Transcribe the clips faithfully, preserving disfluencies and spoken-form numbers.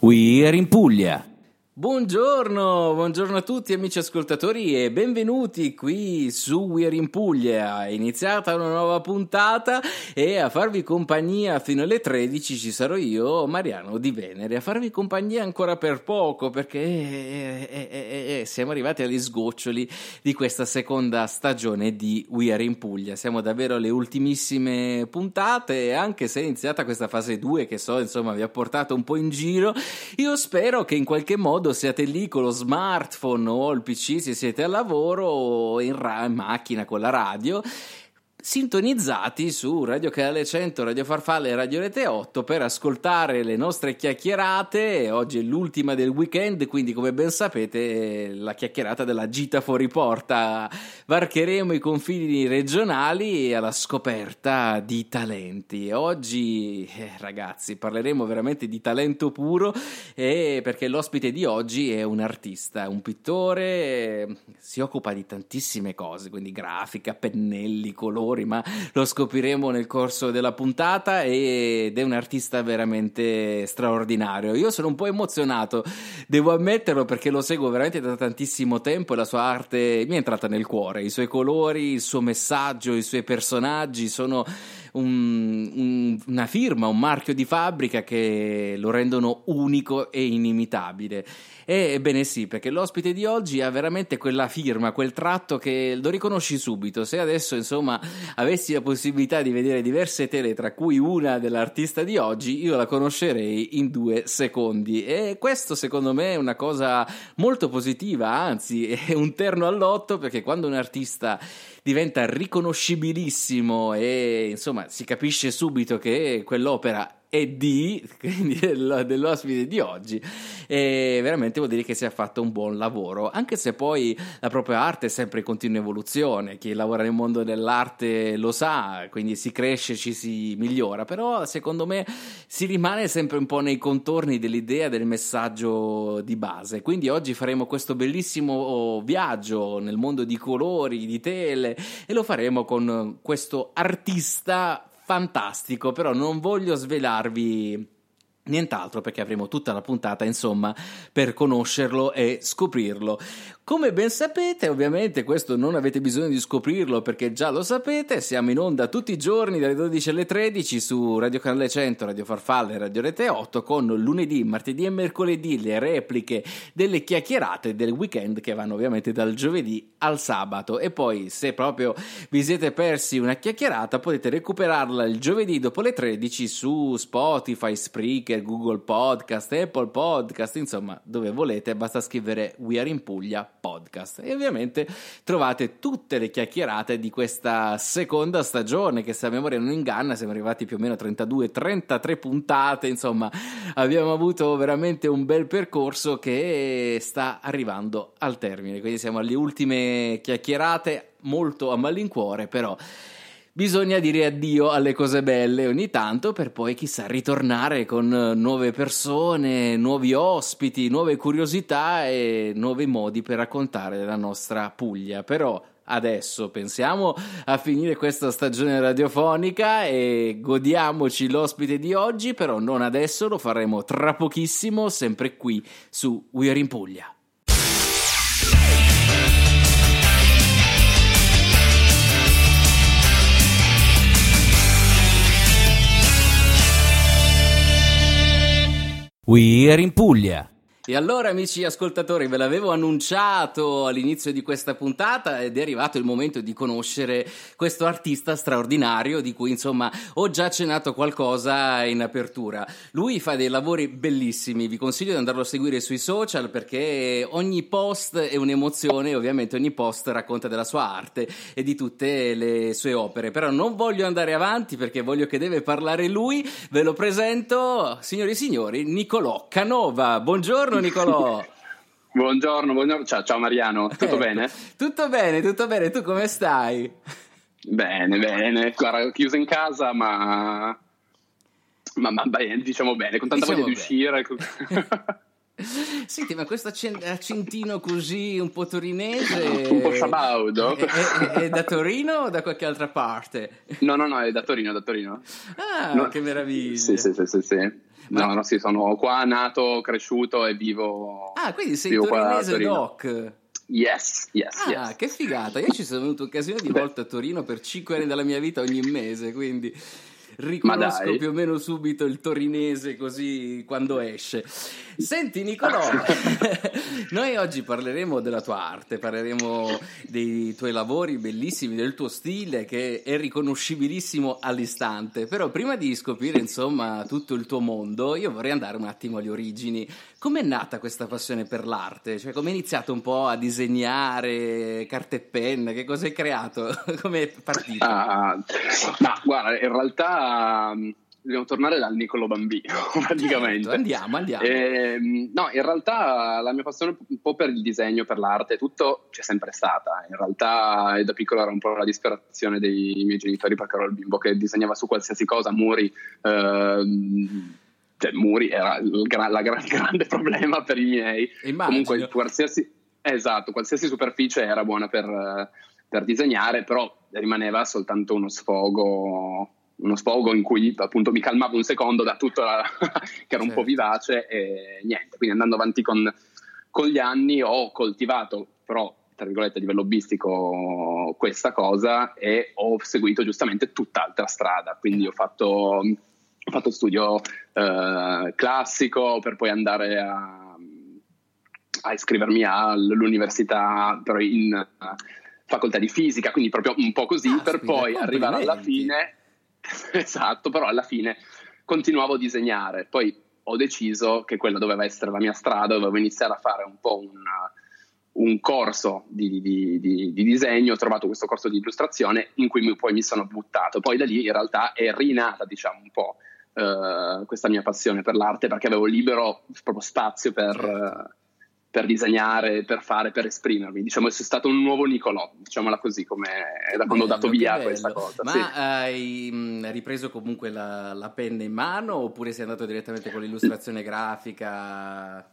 We Are in Puglia. Buongiorno, buongiorno a tutti amici ascoltatori e benvenuti qui su We Are in Puglia. È iniziata una nuova puntata e a farvi compagnia fino alle tredici ci sarò io, Mariano Di Venere, a farvi compagnia ancora per poco perché eh, eh, eh, eh, siamo arrivati agli sgoccioli di questa seconda stagione di We Are in Puglia. Siamo davvero alle ultimissime puntate e anche se è iniziata questa fase due che so insomma vi ha portato un po' in giro, io spero che in qualche modo siate lì con lo smartphone o il P C se siete al lavoro o in, ra- in macchina con la radio, sintonizzati su Radio Canale cento, Radio Farfalle e Radio Rete otto per ascoltare le nostre chiacchierate. Oggi è l'ultima del weekend, quindi come ben sapete la chiacchierata della gita fuori porta. Varcheremo i confini regionali alla scoperta di talenti. Oggi eh, ragazzi parleremo veramente di talento puro eh, perché l'ospite di oggi è un artista, un pittore, eh, si occupa di tantissime cose, quindi grafica, pennelli, colori, ma lo scopriremo nel corso della puntata ed è un artista veramente straordinario. Io sono un po' emozionato, devo ammetterlo, perché lo seguo veramente da tantissimo tempo e la sua arte mi è entrata nel cuore, i suoi colori, il suo messaggio, i suoi personaggi sono un, un, una firma, un marchio di fabbrica che lo rendono unico e inimitabile. E, ebbene sì, perché l'ospite di oggi ha veramente quella firma, quel tratto che lo riconosci subito. Se adesso insomma avessi la possibilità di vedere diverse tele, tra cui una dell'artista di oggi, io la conoscerei in due secondi. E questo secondo me è una cosa molto positiva, anzi è un terno all'otto, perché quando un artista diventa riconoscibilissimo e insomma si capisce subito che quell'opera è di, quindi dell'ospite di oggi, e veramente vuol dire che si è fatto un buon lavoro, anche se poi la propria arte è sempre in continua evoluzione. Chi lavora nel mondo dell'arte lo sa, quindi si cresce, ci si migliora, però secondo me si rimane sempre un po' nei contorni dell'idea, del messaggio di base. Quindi oggi faremo questo bellissimo viaggio nel mondo di colori, di tele, e lo faremo con questo artista fantastico. Però non voglio svelarvi nient'altro perché avremo tutta la puntata insomma per conoscerlo e scoprirlo. Come ben sapete, ovviamente questo non avete bisogno di scoprirlo perché già lo sapete, siamo in onda tutti i giorni dalle dodici alle tredici su Radio Canale cento, Radio Farfalle e Radio Rete otto, con lunedì, martedì e mercoledì le repliche delle chiacchierate del weekend che vanno ovviamente dal giovedì al sabato. E poi se proprio vi siete persi una chiacchierata potete recuperarla il giovedì dopo le tredici su Spotify, Spreaker, Google Podcast, Apple Podcast, insomma dove volete, basta scrivere We Are in Puglia Podcast e ovviamente trovate tutte le chiacchierate di questa seconda stagione che, se a memoria non inganna, siamo arrivati più o meno a trentadue trentatré puntate. Insomma abbiamo avuto veramente un bel percorso che sta arrivando al termine, quindi siamo alle ultime chiacchierate, molto a malincuore, però bisogna dire addio alle cose belle ogni tanto per poi chissà ritornare con nuove persone, nuovi ospiti, nuove curiosità e nuovi modi per raccontare la nostra Puglia. Però adesso pensiamo a finire questa stagione radiofonica e godiamoci l'ospite di oggi, però non adesso, lo faremo tra pochissimo, sempre qui su We Are in Puglia. We Are in Puglia. E allora amici ascoltatori, ve l'avevo annunciato all'inizio di questa puntata ed è arrivato il momento di conoscere questo artista straordinario di cui insomma ho già accennato qualcosa in apertura. Lui fa dei lavori bellissimi, vi consiglio di andarlo a seguire sui social perché ogni post è un'emozione e ovviamente ogni post racconta della sua arte e di tutte le sue opere. Però non voglio andare avanti perché voglio che deve parlare lui. Ve lo presento, signori e signori, Nicolò Canova. Buongiorno Nicolò. Buongiorno, buongiorno. Ciao, ciao Mariano, tutto ecco. bene? Tutto bene, tutto bene, tu come stai? Bene, bene, guarda, chiuso in casa ma, ma, ma bene, diciamo bene, con tanta diciamo voglia di bene. uscire. Senti, ma questo accentino così un po' torinese un po' sciabaudo è, è, è da Torino o da qualche altra parte? No, no, no, è da Torino, da Torino. Ah, no. Che meraviglia. Sì, sì, sì, sì, sì. Ma... Ma... No, no, sì, sono qua nato, cresciuto e vivo. Ah, quindi sei vivo torinese doc. Yes, yes, Ah, yes. che figata. Io ci sono venuto occasione di volte a Torino per cinque anni della mia vita ogni mese, quindi riconosco più o meno subito il torinese così quando esce. Senti Nicolò, noi oggi parleremo della tua arte, parleremo dei tuoi lavori bellissimi, del tuo stile che è riconoscibilissimo all'istante, però prima di scoprire insomma tutto il tuo mondo io vorrei andare un attimo alle origini. Com'è nata questa passione per l'arte? Cioè come hai iniziato un po' a disegnare, carta e penna, che cosa hai creato? Come è partito? Ah, no, guarda, in realtà dobbiamo tornare dal Niccolò bambino, praticamente. Certo, andiamo, andiamo. E, no, in realtà la mia passione un po' per il disegno, per l'arte, tutto c'è sempre stata. In realtà da piccolo era un po' la disperazione dei miei genitori perché ero il bimbo che disegnava su qualsiasi cosa, muri, ehm, cioè muri era il gra- la gra- grande problema per i miei. Immagino. Comunque qualsiasi, esatto, qualsiasi superficie era buona per, per disegnare, però rimaneva soltanto uno sfogo uno sfogo in cui appunto mi calmavo un secondo da tutto la... che era un certo. po' vivace e niente, quindi andando avanti con, con gli anni ho coltivato però tra virgolette a livello hobbistico questa cosa e ho seguito giustamente tutt'altra strada, quindi ho fatto, ho fatto studio eh, classico per poi andare a, a iscrivermi all'università però in uh, facoltà di fisica, quindi proprio un po' così ah, per poi arrivare alla fine. Esatto, però alla fine continuavo a disegnare, poi ho deciso che quella doveva essere la mia strada, dovevo iniziare a fare un po' un, un corso di, di, di, di disegno, ho trovato questo corso di illustrazione in cui mi, poi mi sono buttato, poi da lì in realtà è rinata diciamo un po' eh, questa mia passione per l'arte perché avevo libero proprio spazio per... Certo. Eh, per disegnare, per fare, per esprimermi. Diciamo, è stato un nuovo Nicolò, diciamola così, come da quando ho dato via questa cosa. Ma sì. hai mh, ripreso comunque la, la penna in mano oppure sei andato direttamente con l'illustrazione grafica?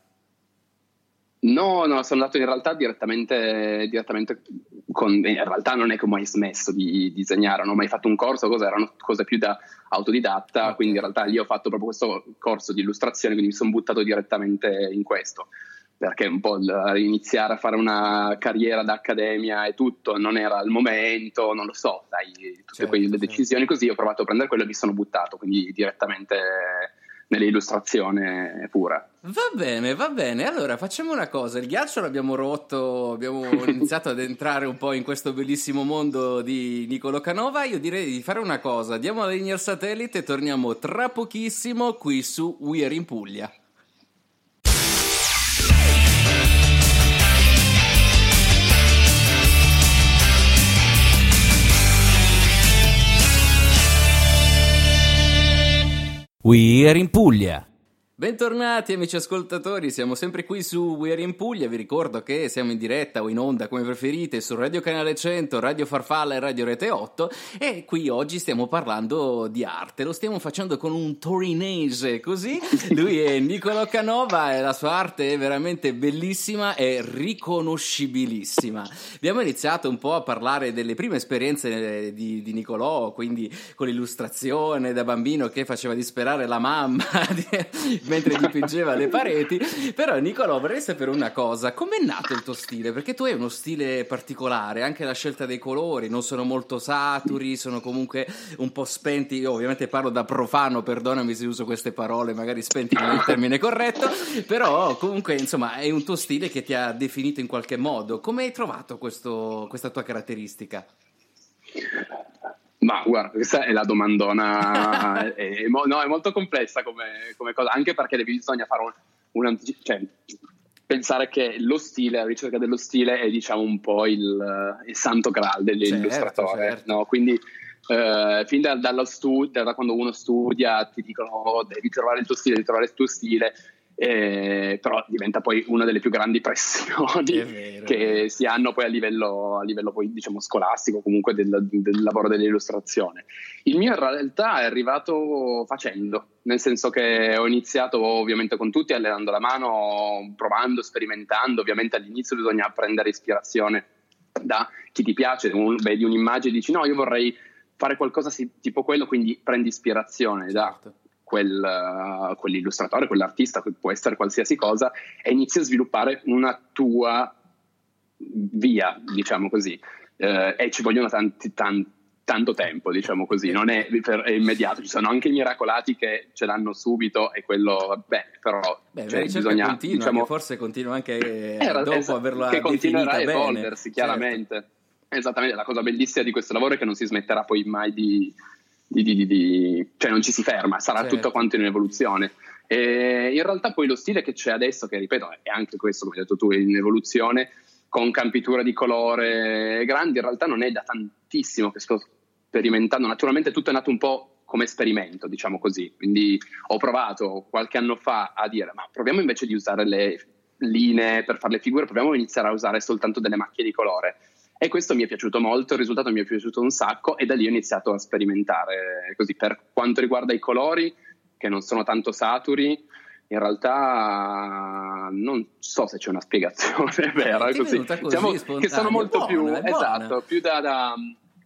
No, no, sono andato in realtà direttamente, direttamente con... In realtà non è che ho mai smesso di disegnare, non ho mai fatto un corso, cose, erano cose più da autodidatta, okay. Quindi in realtà lì ho fatto proprio questo corso di illustrazione, quindi mi sono buttato direttamente in questo. Perché un po' iniziare a fare una carriera da accademia e tutto non era il momento, non lo so, dai, tutte certo, quelle certo. decisioni così, ho provato a prendere quello e mi sono buttato, quindi direttamente nell'illustrazione pura. Va bene, va bene, allora facciamo una cosa, il ghiaccio l'abbiamo rotto, abbiamo iniziato ad entrare un po' in questo bellissimo mondo di Niccolò Canova, io direi di fare una cosa, diamo la linea al satellite e torniamo tra pochissimo qui su We Are in Puglia. We Are in Puglia. Bentornati amici ascoltatori, siamo sempre qui su We Are in Puglia, vi ricordo che siamo in diretta o in onda come preferite su Radio Canale cento, Radio Farfalla e Radio Rete otto e qui oggi stiamo parlando di arte, lo stiamo facendo con un torinese così, lui è Niccolò Canova e la sua arte è veramente bellissima e riconoscibilissima. Abbiamo iniziato un po' a parlare delle prime esperienze di, di Niccolò, quindi con l'illustrazione da bambino che faceva disperare la mamma mentre dipingeva le pareti, però Niccolò vorrei sapere una cosa, com'è nato il tuo stile? Perché tu hai uno stile particolare, anche la scelta dei colori non sono molto saturi, sono comunque un po' spenti, io ovviamente parlo da profano, perdonami se uso queste parole, magari spenti non è il termine corretto, però comunque insomma è un tuo stile che ti ha definito in qualche modo, come hai trovato questo, questa tua caratteristica? Ma guarda, questa è la domandona, è, è, no, è molto complessa come, come cosa, anche perché bisogna fare un, un cioè, pensare che lo stile, la ricerca dello stile è diciamo un po' il, il santo graal dell'illustratore, certo, certo. No? Quindi eh, fin da, dallo studio, da quando uno studia ti dicono oh, devi trovare il tuo stile, devi trovare il tuo stile, eh, però diventa poi una delle più grandi pressioni vero, che si hanno poi a livello, a livello poi diciamo scolastico, comunque del, del lavoro dell'illustrazione. Il mio in realtà è arrivato facendo, nel senso che ho iniziato ovviamente con tutti, allenando la mano, provando, sperimentando. Ovviamente all'inizio bisogna prendere ispirazione da chi ti piace, un, vedi un'immagine e dici no, io vorrei fare qualcosa tipo quello, quindi prendi ispirazione da certo. quel, uh, quell'illustratore, quell'artista, che può essere qualsiasi cosa, e inizi a sviluppare una tua via, diciamo così, uh, e ci vogliono tanti, tanti tanto tempo, diciamo così, non è, per, è immediato. Ci sono anche i miracolati che ce l'hanno subito, e quello, vabbè, però Beh, cioè, ricerca bisogna, continua, diciamo, che forse continua anche eh, era, dopo es- averla che continuerà a definita bene. evolversi, chiaramente. Certo. Esattamente, la cosa bellissima di questo lavoro è che non si smetterà poi mai di, di, di, di, di cioè non ci si ferma, sarà certo. tutto quanto in evoluzione. E in realtà poi lo stile che c'è adesso, che ripeto è anche questo, come hai detto tu, è in evoluzione, con campitura di colore grandi, in realtà non è da tantissimo che sto sperimentando. Naturalmente tutto è nato un po' come esperimento, diciamo così, quindi ho provato qualche anno fa a dire ma proviamo invece di usare le linee per fare le figure, proviamo a iniziare a usare soltanto delle macchie di colore, e questo mi è piaciuto molto, il risultato mi è piaciuto un sacco, e da lì ho iniziato a sperimentare così. Per quanto riguarda i colori, che non sono tanto saturi, in realtà non so se c'è una spiegazione vera, eh, così, così diciamo che sono molto buona, più esatto, più da, da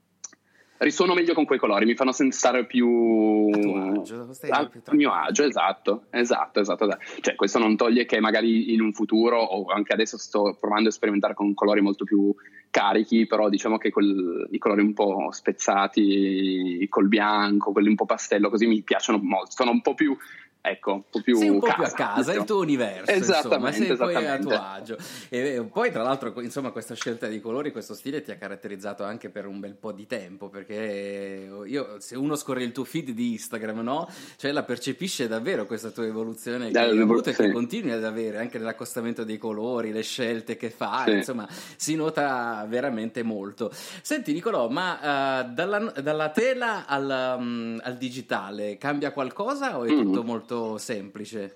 risuono meglio con quei colori, mi fanno stare più a tuo agio, a, a mio agio, esatto, esatto, esatto. Cioè, questo non toglie che magari in un futuro, o anche adesso sto provando a sperimentare con colori molto più carichi, però diciamo che quel, i colori un po' spezzati col bianco, quelli un po' pastello, così mi piacciono molto, sono un po' più, ecco, un po' più sei un po' casa, più a casa, diciamo. il tuo universo, insomma, sei poi a tuo agio. E poi tra l'altro, insomma, questa scelta di colori, questo stile ti ha caratterizzato anche per un bel po' di tempo, perché io, se uno scorre il tuo feed di Instagram, no? Cioè la percepisce davvero questa tua evoluzione che hai avuto, sì, e che continui ad avere anche nell'accostamento dei colori, le scelte che fai, sì, insomma, si nota veramente molto. Senti Nicolò, ma uh, dalla, dalla tela al, um, al digitale cambia qualcosa o è tutto mm. molto semplice?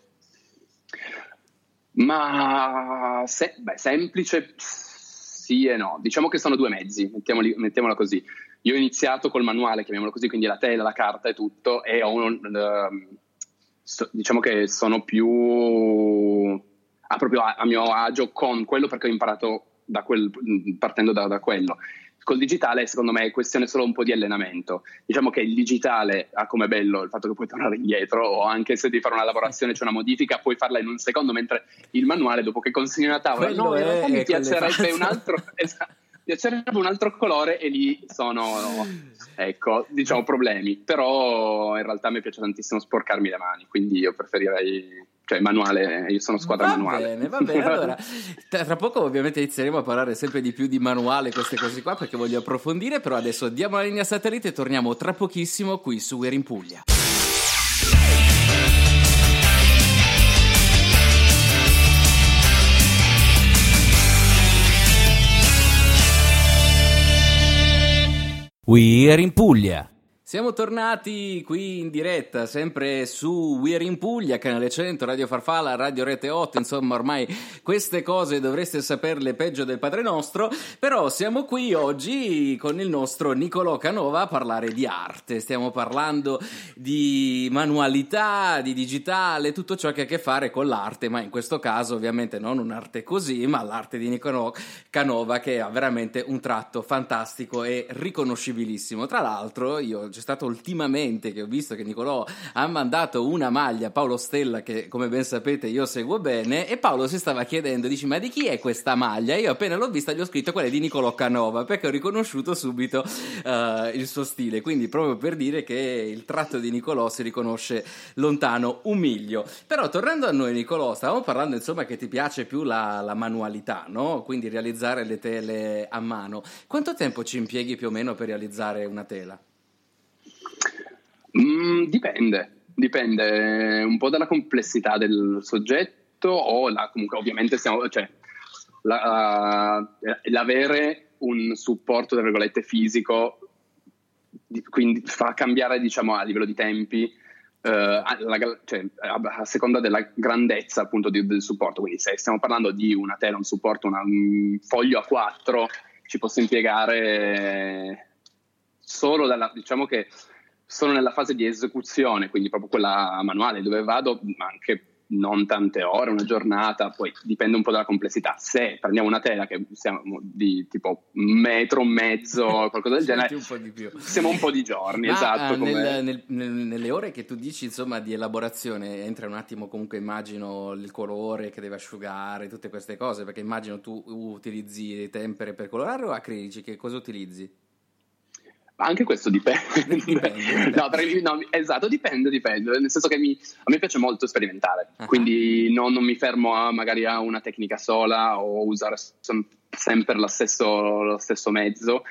Ma se, beh, semplice sì e no, diciamo che sono due mezzi, mettiamoli, mettiamola così. Io ho iniziato col manuale, chiamiamolo così, quindi la tela, la carta e tutto, e ho un, uh, so, diciamo che sono più a, proprio a, a mio agio con quello, perché ho imparato da quel, partendo da, da quello. Col digitale secondo me è questione solo un po' di allenamento. Diciamo che il digitale ha come bello il fatto che puoi tornare indietro, o anche se devi fare una lavorazione, c'è una modifica, puoi farla in un secondo, mentre il manuale, dopo che consegni una tavola, quello no, in realtà mi piacerebbe un altro esatto, piacerebbe un altro colore, e lì sono ecco, diciamo problemi. Però in realtà mi piace tantissimo sporcarmi le mani, quindi io preferirei, cioè manuale, io sono squadra va manuale. Bene, va bene, allora tra poco ovviamente inizieremo a parlare sempre di più di manuale, queste cose qua, perché voglio approfondire, però adesso diamo la linea satellite e torniamo tra pochissimo qui su We're in Puglia. We're in Puglia. Siamo tornati qui in diretta, sempre su We're in Puglia, canale cento, Radio Farfalla, Radio Rete otto, insomma ormai queste cose dovreste saperle peggio del Padre Nostro, però siamo qui oggi con il nostro Nicolò Canova a parlare di arte. Stiamo parlando di manualità, di digitale, tutto ciò che ha a che fare con l'arte, ma in questo caso ovviamente non un'arte così, ma l'arte di Nicolò Canova, che ha veramente un tratto fantastico e riconoscibilissimo. Tra l'altro io c'è stato ultimamente che ho visto che Nicolò ha mandato una maglia a Paolo Stella, che come ben sapete io seguo bene, e Paolo si stava chiedendo, dici ma di chi è questa maglia? Io appena l'ho vista gli ho scritto quella è di Nicolò Canova, perché ho riconosciuto subito uh, il suo stile, quindi proprio per dire che il tratto di Nicolò si riconosce lontano un miglio. Però tornando a noi Nicolò, stavamo parlando insomma che ti piace più la, la manualità, no? Quindi realizzare le tele a mano. Quanto tempo ci impieghi più o meno per realizzare una tela? Mm, dipende, dipende un po' dalla complessità del soggetto, o la, comunque ovviamente siamo, cioè, la, uh, l'avere un supporto tra virgolette fisico, quindi fa cambiare, diciamo, a livello di tempi, uh, la, cioè, a, a seconda della grandezza appunto di, del supporto. Quindi se stiamo parlando di una tela, un supporto, una, un foglio A quattro, ci posso impiegare solo dalla, diciamo che sono nella fase di esecuzione, quindi proprio quella manuale, dove vado, ma anche non tante ore, una giornata, poi dipende un po' dalla complessità. Se prendiamo una tela che siamo di tipo un metro, un mezzo, qualcosa del genere, un po' di più. Siamo un po' di giorni, Ma, esatto. uh, come... nel, nel, nel, nelle ore che tu dici, insomma, di elaborazione, entra un attimo comunque, immagino, il colore che deve asciugare, tutte queste cose, perché immagino tu utilizzi tempere per colorare o acrilici, che cosa utilizzi? Anche questo dipende, dipende. No, perché, no, esatto, dipende, dipende, nel senso che mi, a me piace molto sperimentare, uh-huh. quindi no, non mi fermo a, magari a una tecnica sola o usare sempre lo stesso, lo stesso mezzo,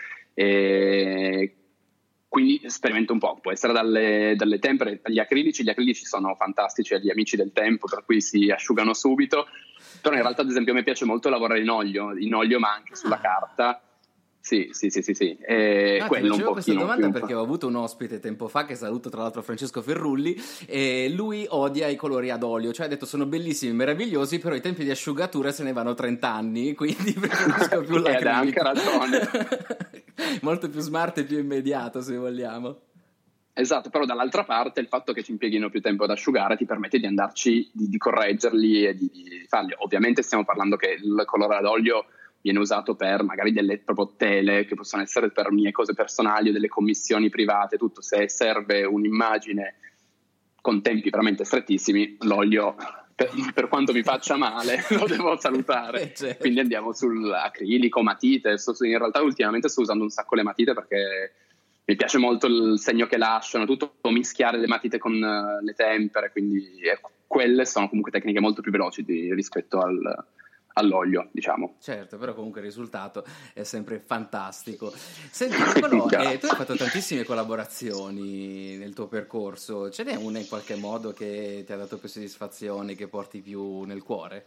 e quindi sperimento un po', può essere dalle, dalle tempere, gli acrilici, gli acrilici sono fantastici, agli amici del tempo, per cui si asciugano subito, però in realtà ad esempio a me piace molto lavorare in olio, in olio ma anche sulla carta. Sì, sì, sì, sì, sì. E no, quello ti facevo un questa domanda più... perché ho avuto un ospite tempo fa, che saluto tra l'altro, Francesco Ferrulli, e lui odia i colori ad olio, cioè ha detto sono bellissimi, meravigliosi, però i tempi di asciugatura se ne vanno trenta anni, quindi preferisco più l'acrilico. Ed ha anche ragione. Molto più smart e più immediato, se vogliamo. Esatto, però dall'altra parte il fatto che ci impieghino più tempo ad asciugare ti permette di andarci, di, di correggerli e di, di farli. Ovviamente stiamo parlando che il colore ad olio viene usato per magari delle proprio tele che possono essere per mie cose personali o delle commissioni private, tutto. Se serve un'immagine con tempi veramente strettissimi, l'olio, per, per quanto mi faccia male, lo devo salutare. Certo. Quindi andiamo sull'acrilico, matite. In realtà ultimamente sto usando un sacco le matite perché mi piace molto il segno che lasciano, tutto mischiare le matite con le tempere, quindi eh, quelle sono comunque tecniche molto più veloci di, rispetto al all'olio, diciamo. Certo, però comunque il risultato è sempre fantastico. Senti, Nicolò, eh, tu hai fatto tantissime collaborazioni nel tuo percorso, ce n'è una in qualche modo che ti ha dato più soddisfazioni, che porti più nel cuore?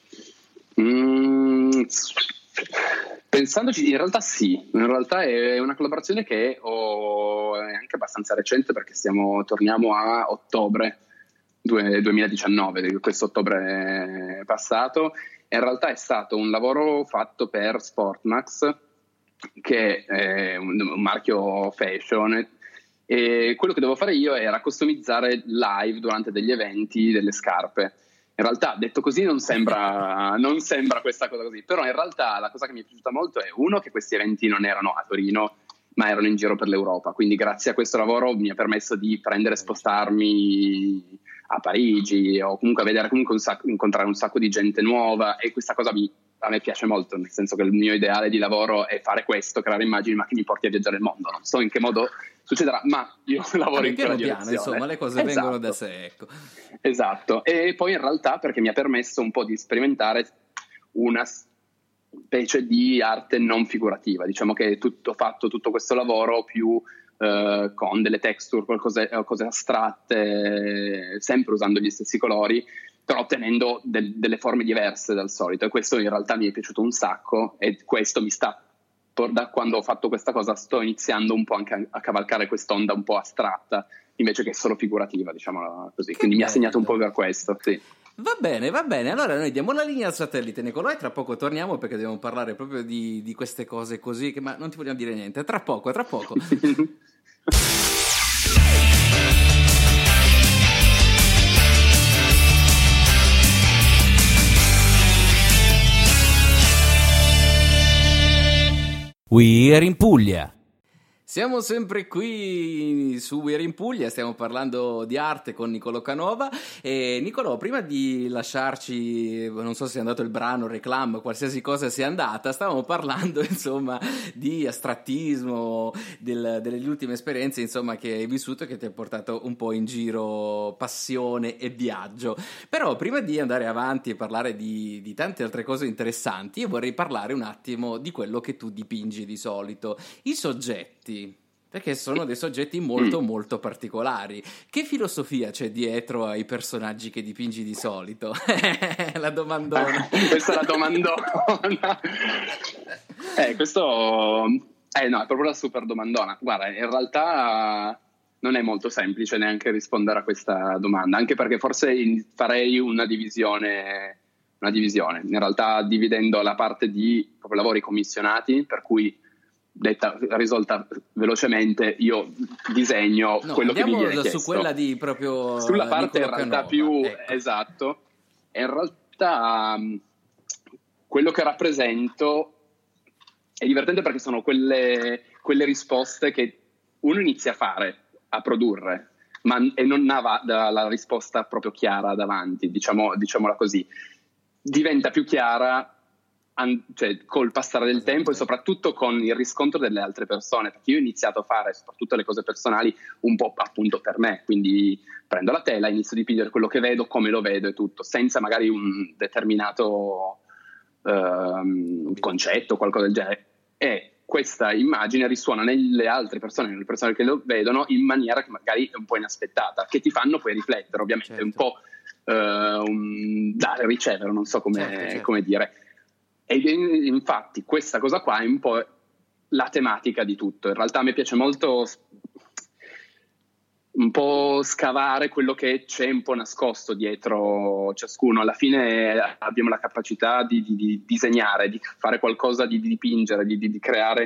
Mm, pensandoci, in realtà sì, in realtà è una collaborazione che ho, è anche abbastanza recente, perché stiamo, torniamo a ottobre duemiladiciannove, questo ottobre passato. In realtà è stato un lavoro fatto per Sportmax, che è un, un marchio fashion, e quello che devo fare io era customizzare live durante degli eventi delle scarpe. In realtà, detto così, non sembra, non sembra questa cosa così, però in realtà la cosa che mi è piaciuta molto è, uno, che questi eventi non erano a Torino, ma erano in giro per l'Europa, quindi grazie a questo lavoro mi ha permesso di prendere e spostarmi a Parigi, o comunque a vedere comunque un sacco, incontrare un sacco di gente nuova, e questa cosa mi, a me piace molto, nel senso che il mio ideale di lavoro è fare questo, creare immagini, ma che mi porti a viaggiare il mondo. Non so in che modo succederà, ma io lavoro in quella piano, direzione. Insomma, le cose esatto. vengono da sé, ecco. Esatto, e poi in realtà perché mi ha permesso un po' di sperimentare una specie di arte non figurativa, diciamo che tutto, ho fatto tutto questo lavoro più eh, con delle texture, cose, cose astratte, sempre usando gli stessi colori, però ottenendo de- delle forme diverse dal solito, e questo in realtà mi è piaciuto un sacco, e questo mi sta, da quando ho fatto questa cosa sto iniziando un po' anche a, a cavalcare quest'onda un po' astratta invece che solo figurativa, diciamo così, che quindi bello. Mi ha segnato un po' per questo, sì. Va bene, va bene, allora noi diamo la linea al satellite, Nicolò, e tra poco torniamo perché dobbiamo parlare proprio di, di queste cose così, che, ma non ti vogliamo dire niente, tra poco, tra poco. We Are in Puglia. Siamo sempre qui su We Are in Puglia, stiamo parlando di arte con Nicolò Canova. E Nicolò, prima di lasciarci, non so se è andato il brano, reclam, qualsiasi cosa sia andata, stavamo parlando insomma di astrattismo, del, delle ultime esperienze insomma che hai vissuto, che ti ha portato un po' in giro passione e viaggio. Però prima di andare avanti e parlare di, di tante altre cose interessanti, io vorrei parlare un attimo di quello che tu dipingi di solito, i soggetti. Perché sono dei soggetti molto molto particolari. Che filosofia c'è dietro ai personaggi che dipingi di solito? La domandona. Questa è la domandona. eh, questo eh, no, è proprio la super domandona. Guarda, in realtà non è molto semplice neanche rispondere a questa domanda, anche perché forse farei una divisione, una divisione. In realtà dividendo la parte di proprio lavori commissionati, per cui detta, risolta velocemente, io disegno no, quello che mi viene chiesto. Su quella di proprio sulla parte Niccolò in realtà Canova, più ecco. esatto, e in realtà um, quello che rappresento è divertente perché sono quelle, quelle risposte che uno inizia a fare, a produrre, ma e non ha la risposta proprio chiara davanti, diciamo, diciamola così. Diventa più chiara an- cioè, col passare del tempo e soprattutto con il riscontro delle altre persone, perché io ho iniziato a fare soprattutto le cose personali un po' appunto per me, quindi prendo la tela, inizio a dipingere quello che vedo, come lo vedo e tutto, senza magari un determinato ehm, concetto, qualcosa del genere, e questa immagine risuona nelle altre persone, nelle persone che lo vedono in maniera che magari è un po' inaspettata, che ti fanno poi riflettere, ovviamente, certo. È un po' uh, un dare e ricevere, non so come, certo, certo. come dire. Ed infatti questa cosa qua è un po' la tematica di tutto. In realtà a me piace molto un po' scavare quello che c'è un po' nascosto dietro ciascuno. Alla fine abbiamo la capacità di, di, di disegnare, di fare qualcosa, di, di dipingere, di, di, di creare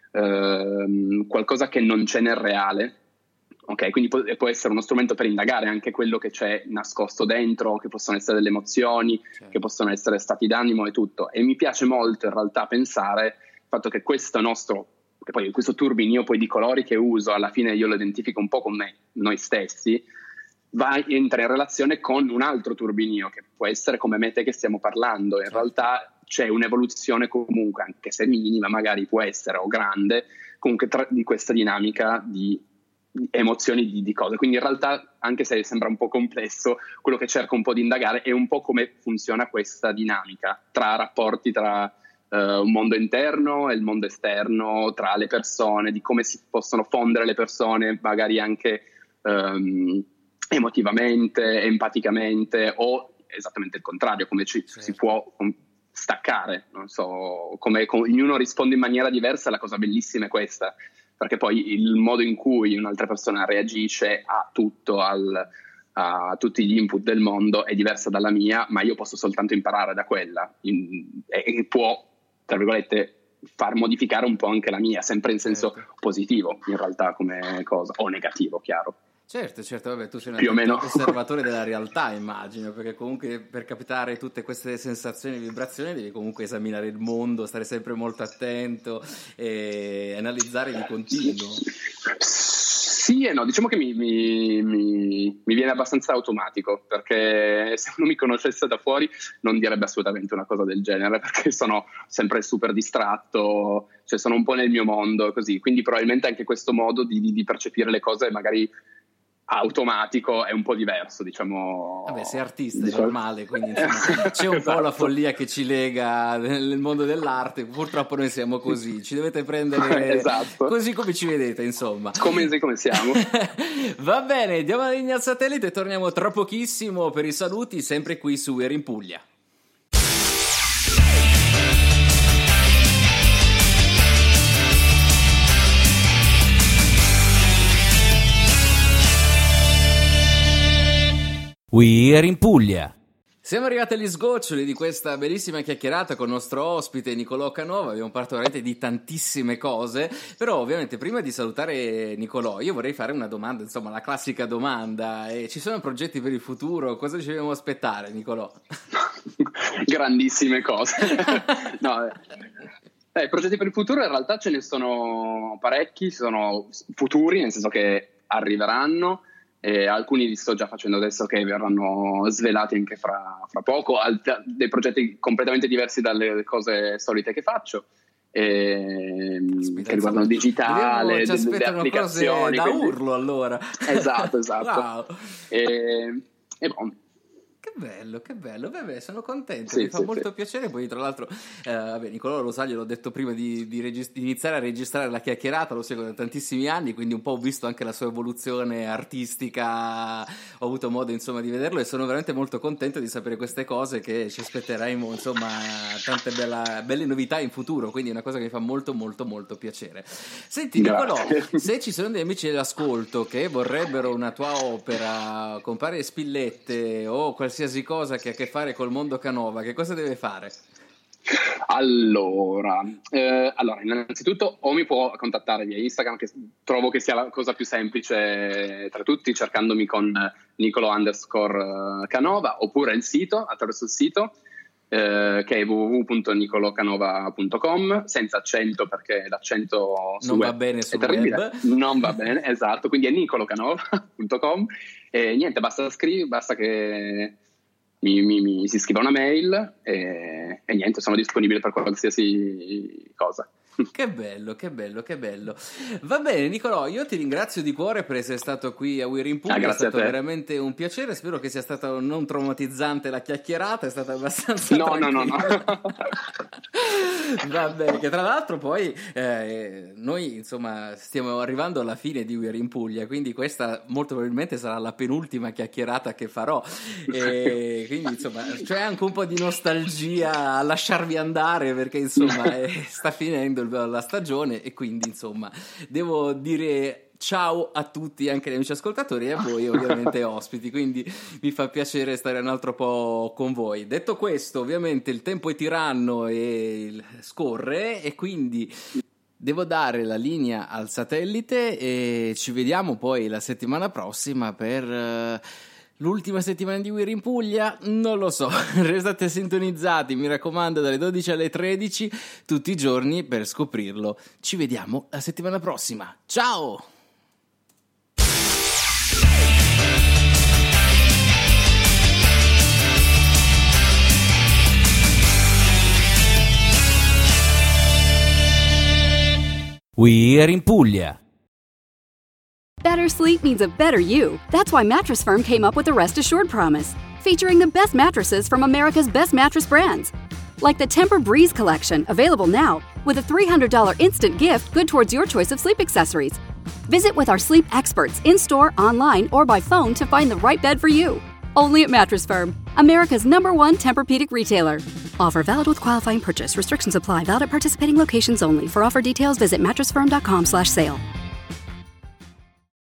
ehm, qualcosa che non c'è nel reale. Ok, quindi può, può essere uno strumento per indagare anche quello che c'è nascosto dentro, che possono essere delle emozioni, certo. che possono essere stati d'animo e tutto. E mi piace molto in realtà pensare il fatto che questo nostro, che poi questo turbinio poi di colori che uso, alla fine io lo identifico un po' con me, noi stessi, va, entra in relazione con un altro turbinio che può essere come me te che stiamo parlando. In certo. realtà c'è un'evoluzione comunque, anche se minima magari può essere o grande, comunque tra, di questa dinamica di emozioni di, di cose. Quindi in realtà, anche se sembra un po' complesso, quello che cerco un po' di indagare è un po' come funziona questa dinamica tra rapporti tra uh, un mondo interno e il mondo esterno, tra le persone, di come si possono fondere le persone magari anche um, emotivamente, empaticamente, o esattamente il contrario, come ci, certo. si può staccare, non so, come, come ognuno risponde in maniera diversa. La cosa bellissima è questa, perché poi il modo in cui un'altra persona reagisce a tutto, al, a tutti gli input del mondo è diversa dalla mia, ma io posso soltanto imparare da quella in, e, e può, tra virgolette, far modificare un po' anche la mia, sempre in senso certo. positivo in realtà come cosa, o negativo, chiaro. Certo, certo, vabbè, tu sei un più o meno osservatore della realtà, immagino, perché comunque per captare tutte queste sensazioni e vibrazioni devi comunque esaminare il mondo, stare sempre molto attento e analizzare di continuo. Sì e no, diciamo che mi, mi, mi, mi viene abbastanza automatico, perché se uno mi conoscesse da fuori non direbbe assolutamente una cosa del genere, perché sono sempre super distratto, cioè sono un po' nel mio mondo così, quindi probabilmente anche questo modo di, di, di percepire le cose magari automatico è un po' diverso, diciamo. Vabbè, sei artista, è normale, quindi insomma, c'è un esatto. po' la follia che ci lega nel mondo dell'arte. Purtroppo noi siamo così, ci dovete prendere esatto. così come ci vedete, insomma, come, come siamo. Va bene, diamo la linea al satellite e torniamo tra pochissimo per i saluti, sempre qui su We Are in Puglia. We Are in Puglia. Siamo arrivati agli sgoccioli di questa bellissima chiacchierata con il nostro ospite Niccolò Canova. Abbiamo parlato veramente di tantissime cose, però ovviamente prima di salutare Niccolò io vorrei fare una domanda, insomma la classica domanda. E ci sono progetti per il futuro? Cosa ci dobbiamo aspettare, Niccolò? Grandissime cose. No, eh, progetti per il futuro in realtà ce ne sono parecchi, sono futuri nel senso che arriveranno. E alcuni li sto già facendo adesso che verranno svelati anche fra, fra poco, alt- dei progetti completamente diversi dalle cose solite che faccio, e, Aspetta, che riguardano il digitale, ci delle applicazioni. Da quindi... urlo allora. Esatto, esatto. Wow. E, e bon. Che bello, che bello, beh, sono contento, sì, mi fa sì, molto sì. piacere. Poi tra l'altro, eh, vabbè, Niccolò lo sa, gliel'ho detto prima di, di, regist- di iniziare a registrare la chiacchierata, lo seguo da tantissimi anni, quindi un po' ho visto anche la sua evoluzione artistica, ho avuto modo insomma di vederlo e sono veramente molto contento di sapere queste cose, che ci aspetteremo insomma tante bella, belle novità in futuro, quindi è una cosa che mi fa molto molto molto piacere. Senti Niccolò, se ci sono degli amici dell'ascolto che vorrebbero una tua opera, comprare spillette o qualsiasi cosa che ha a che fare col mondo Canova, che cosa deve fare? Allora, eh, allora, innanzitutto o mi può contattare via Instagram, che trovo che sia la cosa più semplice tra tutti, cercandomi con Nicolo underscore Canova, oppure il sito, attraverso il sito, eh, che è w w w punto nicolocanova punto com, senza accento, perché l'accento su non web va bene sul è terribile, web. non va bene, esatto, quindi è nicolocanova punto com, e niente, basta scrivere, basta che Mi, mi, mi si scrive una mail e, e niente, sono disponibile per qualsiasi cosa. Che bello, che bello, che bello. Va bene, Nicolò, io ti ringrazio di cuore per essere stato qui a We're in Puglia, ah, è stato veramente un piacere, spero che sia stata non traumatizzante la chiacchierata, è stata abbastanza no, tranquilla. no, no, no. Va bene, che tra l'altro poi eh, noi insomma stiamo arrivando alla fine di We're in Puglia, quindi questa molto probabilmente sarà la penultima chiacchierata che farò, e quindi insomma c'è anche un po' di nostalgia a lasciarvi andare, perché insomma eh, sta finendo la stagione e quindi insomma devo dire ciao a tutti, anche agli amici ascoltatori, e a voi ovviamente ospiti, quindi mi fa piacere stare un altro po' con voi. Detto questo, ovviamente il tempo è tiranno e scorre, e quindi devo dare la linea al satellite e ci vediamo poi la settimana prossima per uh, l'ultima settimana di We're in Puglia, non lo so, restate sintonizzati, mi raccomando, dalle dodici alle tredici tutti i giorni per scoprirlo. Ci vediamo la settimana prossima, ciao! We're in Puglia. Better sleep means a better you. That's why Mattress Firm came up with the Rest Assured Promise, featuring the best mattresses from America's best mattress brands. Like the Tempur-Breeze collection, available now, with a three hundred dollars instant gift good towards your choice of sleep accessories. Visit with our sleep experts in-store, online, or by phone to find the right bed for you. Only at Mattress Firm, America's number one Tempur-Pedic retailer. Offer valid with qualifying purchase. Restrictions apply. Valid at participating locations only. For offer details, visit mattress firm dot com slash sale.